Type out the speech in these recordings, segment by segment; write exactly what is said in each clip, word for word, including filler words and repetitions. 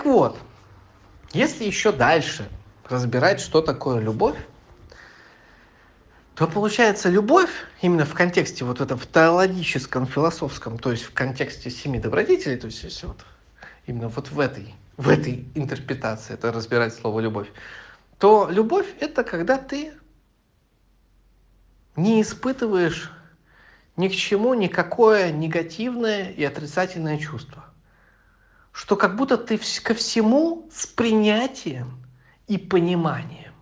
Вот, если еще дальше разбирать, что такое любовь, то получается любовь именно в контексте вот этом в теологическом, философском, то есть в контексте семи добродетелей, то есть если вот именно вот в этой, в этой интерпретации это разбирать слово любовь, то любовь это когда ты не испытываешь ни к чему никакое негативное и отрицательное чувство. Что как будто ты ко всему с принятием и пониманием.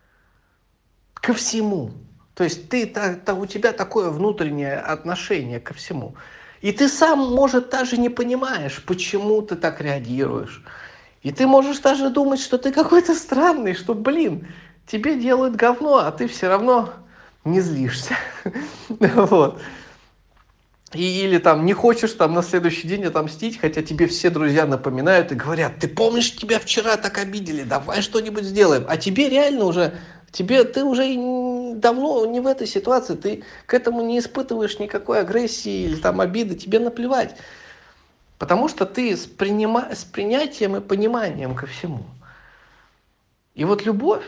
Ко всему. То есть ты, та, та, у тебя такое внутреннее отношение ко всему. И ты сам, может, даже не понимаешь, почему ты так реагируешь. И ты можешь даже думать, что ты какой-то странный, что, блин, тебе делают говно, а ты все равно не злишься. Вот. И, или там не хочешь там на следующий день отомстить, хотя тебе все друзья напоминают и говорят: ты помнишь, тебя вчера так обидели, давай что-нибудь сделаем. А тебе реально уже, тебе, ты уже давно не в этой ситуации, ты к этому не испытываешь никакой агрессии или там обиды, тебе наплевать. Потому что ты с, принима, с принятием и пониманием ко всему. И вот любовь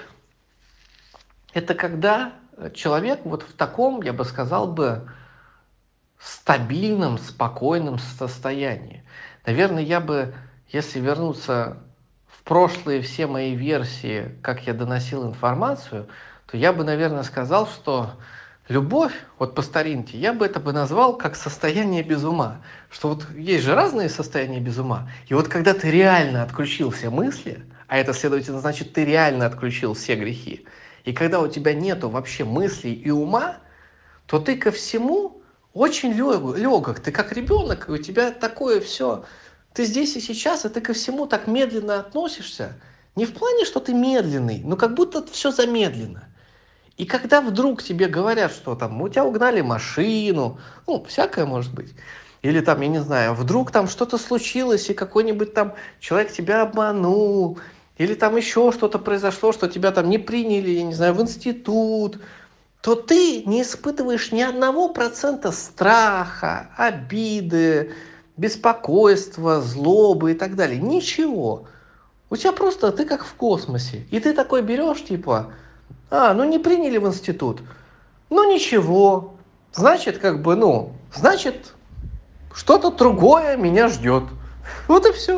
– это когда человек вот в таком, я бы сказал бы, стабильном, спокойном состоянии. Наверное, я бы, если вернуться в прошлые все мои версии, как я доносил информацию, то я бы, наверное, сказал, что любовь, вот по старинке, я бы это бы назвал как состояние без ума. Что вот есть же разные состояния без ума. И вот когда ты реально отключил все мысли, а это, следовательно, значит, ты реально отключил все грехи, и когда у тебя нету вообще мыслей и ума, то ты ко всему очень легок. Ты как ребенок, и у тебя такое все. Ты здесь и сейчас, и ты ко всему так медленно относишься. Не в плане, что ты медленный, но как будто все замедлено. И когда вдруг тебе говорят, что там у тебя угнали машину, ну, всякое может быть, или там, я не знаю, вдруг там что-то случилось, и какой-нибудь там человек тебя обманул, или там еще что-то произошло, что тебя там не приняли, я не знаю, в институт, то ты не испытываешь ни одного процента страха, обиды, беспокойства, злобы и так далее. Ничего. У тебя просто ты как в космосе. И ты такой берешь, типа, а, ну не приняли в институт. Ну ничего. Значит, как бы, ну, значит, что-то другое меня ждет. Вот и все.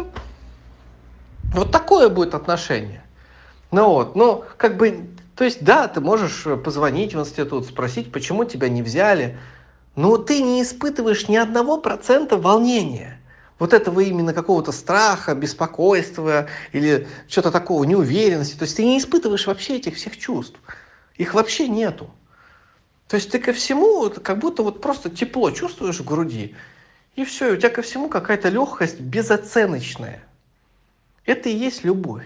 Вот такое будет отношение. Ну вот, ну, как бы, то есть, да, ты можешь позвонить в институт, спросить, почему тебя не взяли, но ты не испытываешь ни одного процента волнения. Вот этого именно какого-то страха, беспокойства или что-то такого, неуверенности. То есть ты не испытываешь вообще этих всех чувств. Их вообще нету. То есть ты ко всему как будто вот просто тепло чувствуешь в груди, и все, и у тебя ко всему какая-то легкость безоценочная. Это и есть любовь.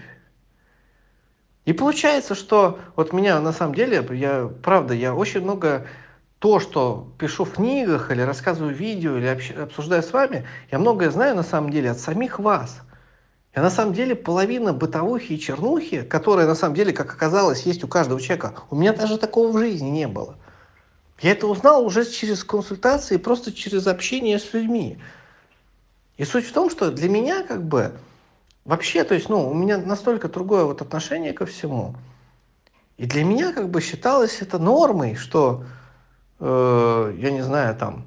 И получается, что вот меня на самом деле, я, правда, я очень много то, что пишу в книгах или рассказываю в видео, или общ, обсуждаю с вами, я многое знаю на самом деле от самих вас. Я на самом деле половина бытовухи и чернухи, которая на самом деле, как оказалось, есть у каждого человека, у меня даже такого в жизни не было. Я это узнал уже через консультации, просто через общение с людьми. И суть в том, что для меня как бы вообще, то есть, ну, у меня настолько другое вот отношение ко всему. И для меня как бы считалось это нормой, что, э, я не знаю, там,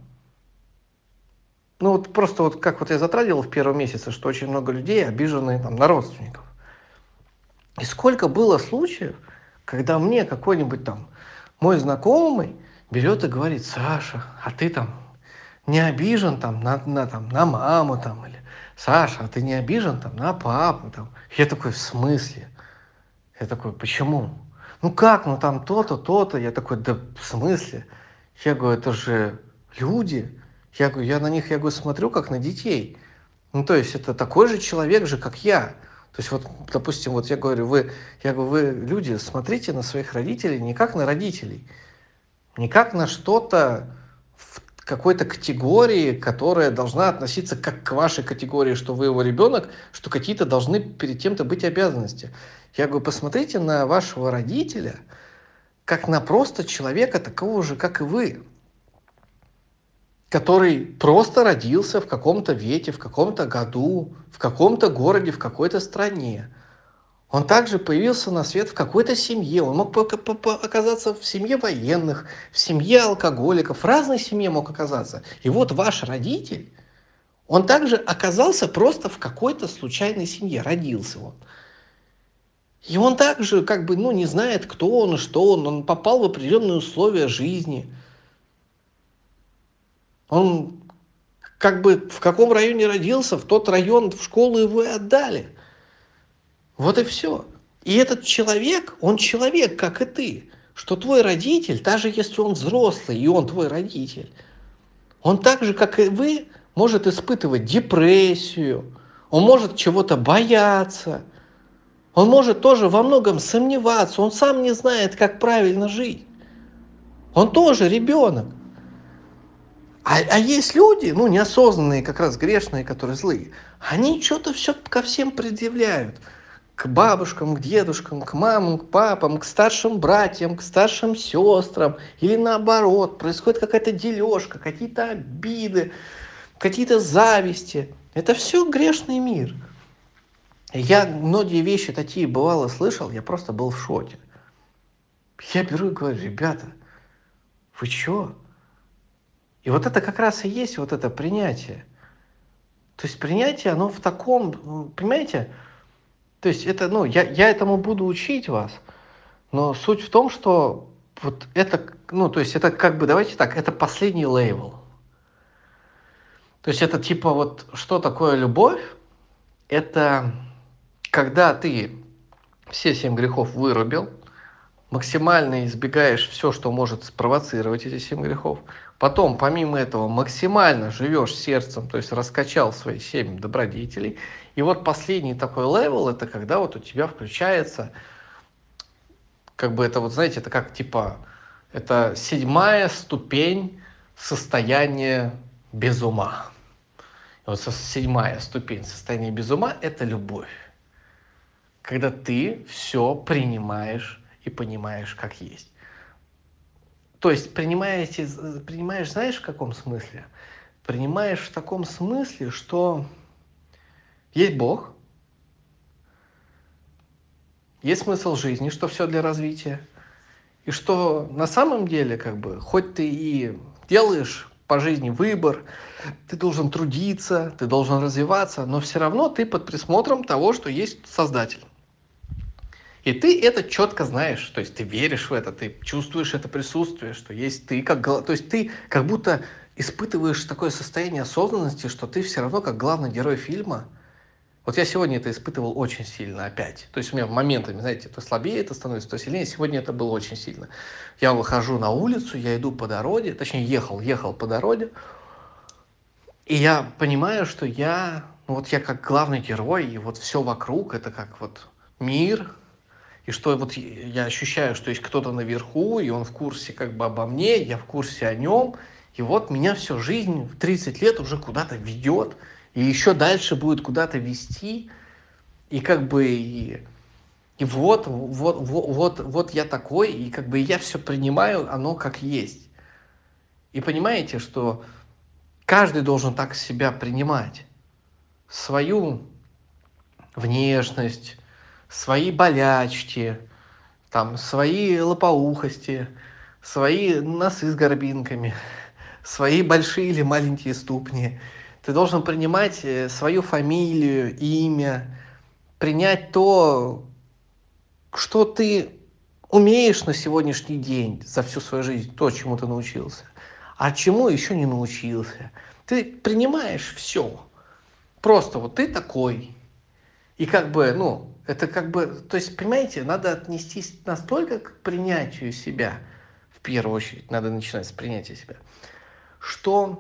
ну вот просто вот как вот я затрагивал в первом месяце, что очень много людей обижены там на родственников. И сколько было случаев, когда мне какой-нибудь там мой знакомый берет и говорит: Саша, а ты там не обижен там на, на, там, на маму там, или Саша, а ты не обижен там на папу там. Я такой: в смысле? Я такой: почему? Ну как, ну там то-то, то-то. Я такой: да в смысле? Я говорю: это же люди. Я говорю, я на них, я говорю, смотрю как на детей. Ну то есть это такой же человек же, как я. То есть вот, допустим, вот я говорю, вы, я говорю, вы, люди, смотрите на своих родителей не как на родителей, не как на что-то в какой-то категории, которая должна относиться как к вашей категории, что вы его ребенок, что какие-то должны перед тем-то быть обязанности. Я говорю, посмотрите на вашего родителя, как на просто человека такого же, как и вы. который просто родился в каком-то веке, в каком-то году, в каком-то городе, в какой-то стране. Он также появился на свет в какой-то семье. Он мог оказаться в семье военных, в семье алкоголиков, в разной семье мог оказаться. И вот ваш родитель, он также оказался просто в какой-то случайной семье, родился он. И он также как бы, ну, не знает, кто он и что он, он попал в определенные условия жизни. Он как бы в каком районе родился, в тот район, в школу его и отдали. Вот и все. И этот человек, он человек, как и ты. Что твой родитель, даже если он взрослый, и он твой родитель, он так же, как и вы, может испытывать депрессию, он может чего-то бояться, он может тоже во многом сомневаться, он сам не знает, как правильно жить. Он тоже ребенок. А, а есть люди, ну, неосознанные, как раз грешные, которые злые, они что-то все ко всем предъявляют. К бабушкам, к дедушкам, к мамам, к папам, к старшим братьям, к старшим сестрам. Или наоборот, происходит какая-то дележка, какие-то обиды, какие-то зависти. Это все грешный мир. Я многие вещи такие бывало слышал, я просто был в шоке. Я беру и говорю: ребята, вы чё? И вот это как раз и есть вот это принятие. То есть принятие, оно в таком, понимаете, то есть это, ну, я, я этому буду учить вас, но суть в том, что вот это, ну, то есть это как бы, давайте так, это последний лейбл. То есть это типа вот, что такое любовь? Это когда ты все семь грехов вырубил, максимально избегаешь все, что может спровоцировать эти семь грехов. Потом, помимо этого, максимально живешь сердцем, то есть раскачал свои семь добродетелей. И вот последний такой левел, это когда вот у тебя включается, как бы это вот, знаете, это как типа, это седьмая ступень состояния без ума. И вот седьмая ступень состояния без ума – это любовь. Когда ты все принимаешь и понимаешь, как есть. То есть принимаете, принимаешь, знаешь, в каком смысле? Принимаешь в таком смысле, что есть Бог, есть смысл жизни, что все для развития, и что на самом деле, как бы, хоть ты и делаешь по жизни выбор, ты должен трудиться, ты должен развиваться, но все равно ты под присмотром того, что есть Создатель. И ты это четко знаешь, то есть ты веришь в это, ты чувствуешь это присутствие, что есть ты, как, то есть ты как будто испытываешь такое состояние осознанности, что ты все равно как главный герой фильма. Вот я сегодня это испытывал очень сильно опять. То есть у меня моментами, знаете, то слабее это становится, то сильнее. Сегодня это было очень сильно. Я выхожу на улицу, я иду по дороге, точнее ехал, ехал по дороге, и я понимаю, что я, ну вот я как главный герой, и вот все вокруг, это как вот мир. И что вот я ощущаю, что есть кто-то наверху, и он в курсе как бы обо мне, я в курсе о нем. И вот меня всю жизнь в тридцать лет уже куда-то ведет, и еще дальше будет куда-то вести. И как бы и, и вот, вот, вот, вот, вот я такой, и как бы я все принимаю, оно как есть. И понимаете, что каждый должен так себя принимать. Свою внешность, свои болячки, там, свои лопоухости, свои носы с горбинками, свои большие или маленькие ступни. Ты должен принимать свою фамилию, имя, принять то, что ты умеешь на сегодняшний день за всю свою жизнь, то, чему ты научился, а чему еще не научился. Ты принимаешь все. Просто вот ты такой. И как бы, ну, это как бы, то есть, понимаете, надо отнестись настолько к принятию себя, в первую очередь, надо начинать с принятия себя, что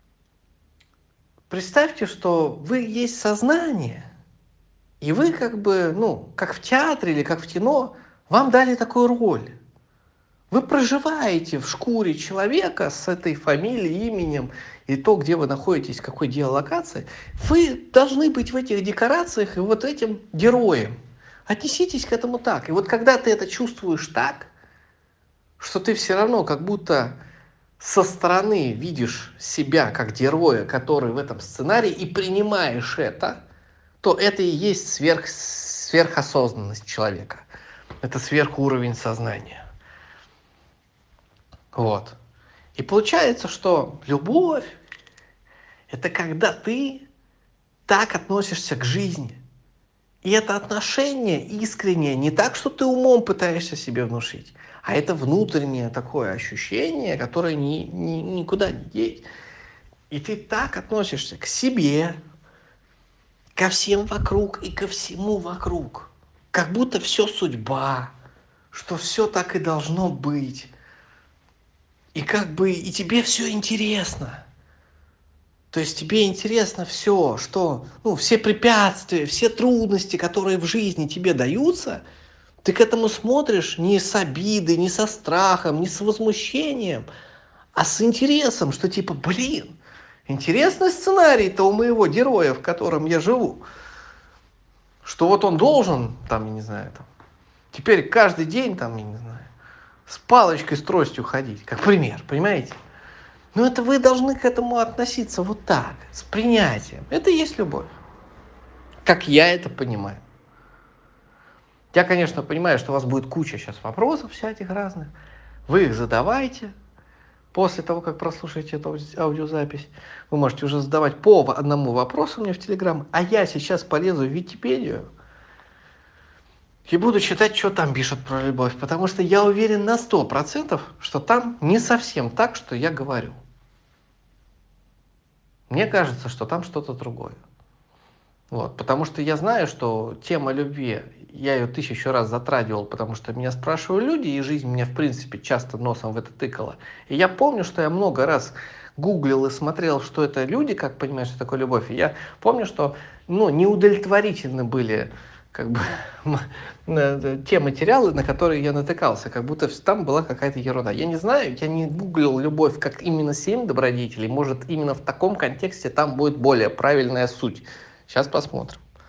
представьте, что вы есть сознание, и вы как бы, ну, как в театре или как в кино, вам дали такую роль. Вы проживаете в шкуре человека с этой фамилией, именем, и то, где вы находитесь, в какой геолокации, вы должны быть в этих декорациях и вот этим героем. Отнеситесь к этому так. И вот когда ты это чувствуешь так, что ты все равно как будто со стороны видишь себя как героя, который в этом сценарии, и принимаешь это, то это и есть сверх, сверхосознанность человека. Это сверхуровень сознания. Вот. И получается, что любовь – это когда ты так относишься к жизни. И это отношение искреннее, не так, что ты умом пытаешься себе внушить, а это внутреннее такое ощущение, которое ни, ни, никуда не деть. И ты так относишься к себе, ко всем вокруг и ко всему вокруг. Как будто все судьба, что все так и должно быть. И как бы и тебе все интересно. То есть тебе интересно все, что, ну, все препятствия, все трудности, которые в жизни тебе даются, ты к этому смотришь не с обидой, не со страхом, не с возмущением, а с интересом, что типа, блин, интересный сценарий-то у моего героя, в котором я живу. Что вот он должен, там, я не знаю, там, теперь каждый день, там, я не знаю, с палочкой, с тростью ходить, как пример, понимаете? Но это вы должны к этому относиться вот так, с принятием. Это и есть любовь. Как я это понимаю. Я, конечно, понимаю, что у вас будет куча сейчас вопросов всяких разных. Вы их задавайте. После того, как прослушаете эту аудиозапись, вы можете уже задавать по одному вопросу мне в Телеграм, а я сейчас полезу в Википедию и буду читать, что там пишут про любовь, потому что я уверен на сто процентов, что там не совсем так, что я говорю. Мне кажется, что там что-то другое. Вот, потому что я знаю, что тема любви, я ее тысячу раз затрагивал, потому что меня спрашивали люди, и жизнь меня, в принципе, часто носом в это тыкала. И я помню, что я много раз гуглил и смотрел, что это люди, как понимают, что такое любовь. И я помню, что, ну, неудовлетворительны были как бы те материалы, на которые я натыкался, как будто там была какая-то ерунда. Я не знаю, я не гуглил любовь как именно семь добродетелей, может, именно в таком контексте там будет более правильная суть. Сейчас посмотрим.